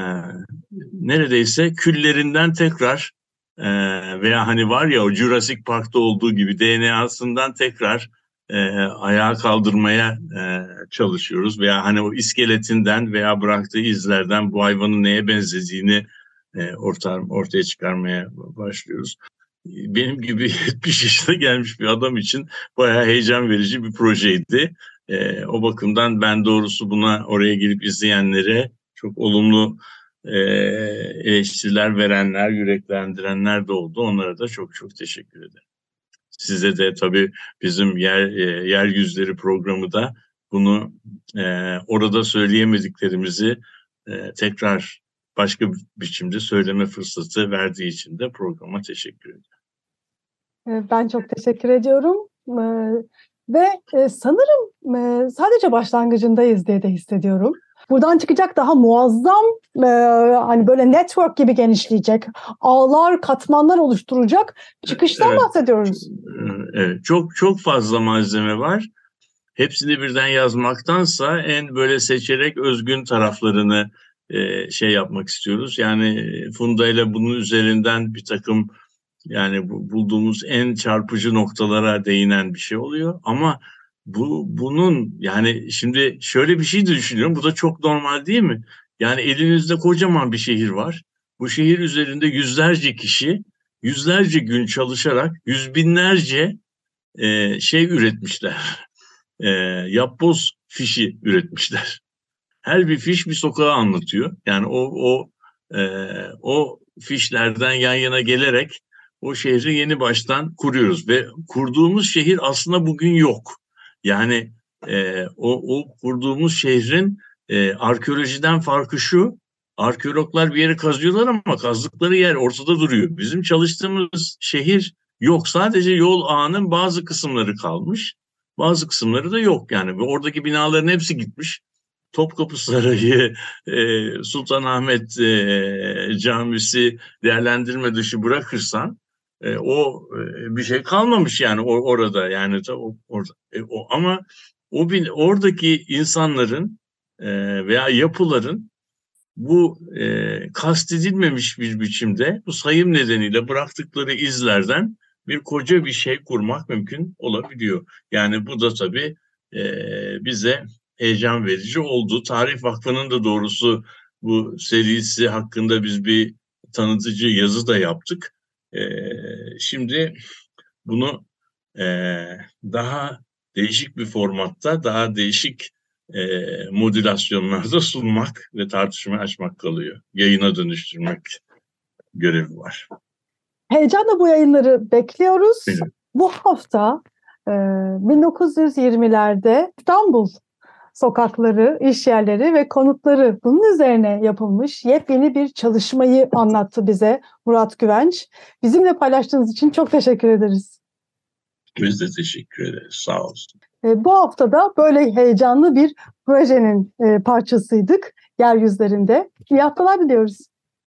neredeyse küllerinden tekrar e, veya hani var ya o Jurassic Park'ta olduğu gibi D N A'sından tekrar e, ayağa kaldırmaya e, çalışıyoruz. Veya hani o iskeletinden veya bıraktığı izlerden bu hayvanın neye benzediğini e, ortaya, ortaya çıkarmaya başlıyoruz. Benim gibi yetmiş yaşına gelmiş bir adam için bayağı heyecan verici bir projeydi. E, o bakımdan ben doğrusu buna oraya girip izleyenlere çok olumlu e, eleştiriler verenler, yüreklendirenler de oldu. Onlara da çok çok teşekkür ederim. Size de tabii bizim yer e, yeryüzleri programı da bunu e, orada söyleyemediklerimizi e, tekrar başka bir biçimde söyleme fırsatı verdiği için de programa teşekkür ederim. Ben çok teşekkür ediyorum. Ve sanırım sadece başlangıcındayız diye de hissediyorum. Buradan çıkacak daha muazzam, hani böyle network gibi genişleyecek, ağlar, katmanlar oluşturacak çıkıştan evet. bahsediyoruz. Evet, çok çok fazla malzeme var. Hepsini birden yazmaktansa en böyle seçerek özgün taraflarını e, şey yapmak istiyoruz. Yani Funda ile bunun üzerinden bir takım yani bu, bulduğumuz en çarpıcı noktalara değinen bir şey oluyor. Ama bu bunun yani şimdi şöyle bir şey de düşünüyorum. Bu da çok normal değil mi? Yani elinizde kocaman bir şehir var. Bu şehir üzerinde yüzlerce kişi yüzlerce gün çalışarak yüz binlerce e, şey üretmişler. E, yapboz fişi üretmişler. Her bir fiş bir sokağı anlatıyor. Yani o o e, o fişlerden yan yana gelerek o şehri yeni baştan kuruyoruz ve kurduğumuz şehir aslında bugün yok. Yani e, o, o kurduğumuz şehrin e, arkeolojiden farkı şu: arkeologlar bir yeri kazıyorlar ama kazdıkları yer ortada duruyor. Bizim çalıştığımız şehir yok. Sadece yol ağının bazı kısımları kalmış. Bazı kısımları da yok yani. Ve oradaki binaların hepsi gitmiş. Topkapı Sarayı, e, Sultanahmet e, Camisi değerlendirme dışı bırakırsan e, o e, bir şey kalmamış yani or, orada yani o, orada. E, o, ama o bin, oradaki insanların e, veya yapıların bu e, kastedilmemiş bir biçimde bu sayım nedeniyle bıraktıkları izlerden bir koca bir şey kurmak mümkün olabiliyor. Yani bu da tabii e, bize heyecan verici oldu. Tarih Vakfı'nın da doğrusu bu serisi hakkında biz bir tanıtıcı yazı da yaptık. E, şimdi bunu e, daha değişik bir formatta, daha değişik e, modülasyonlarda sunmak ve tartışmaya açmak kalıyor. Yayına dönüştürmek görevi var. Heyecanla bu yayınları bekliyoruz. Evet. Bu hafta e, bin dokuz yüz yirmilerde İstanbul sokakları, iş yerleri ve konutları, bunun üzerine yapılmış yepyeni bir çalışmayı anlattı bize Murat Güvenç. Bizimle paylaştığınız için çok teşekkür ederiz. Biz de teşekkür ederiz. Sağ olsun. E, bu hafta da böyle heyecanlı bir projenin e, parçasıydık yeryüzlerinde. İyi haftalar diliyoruz.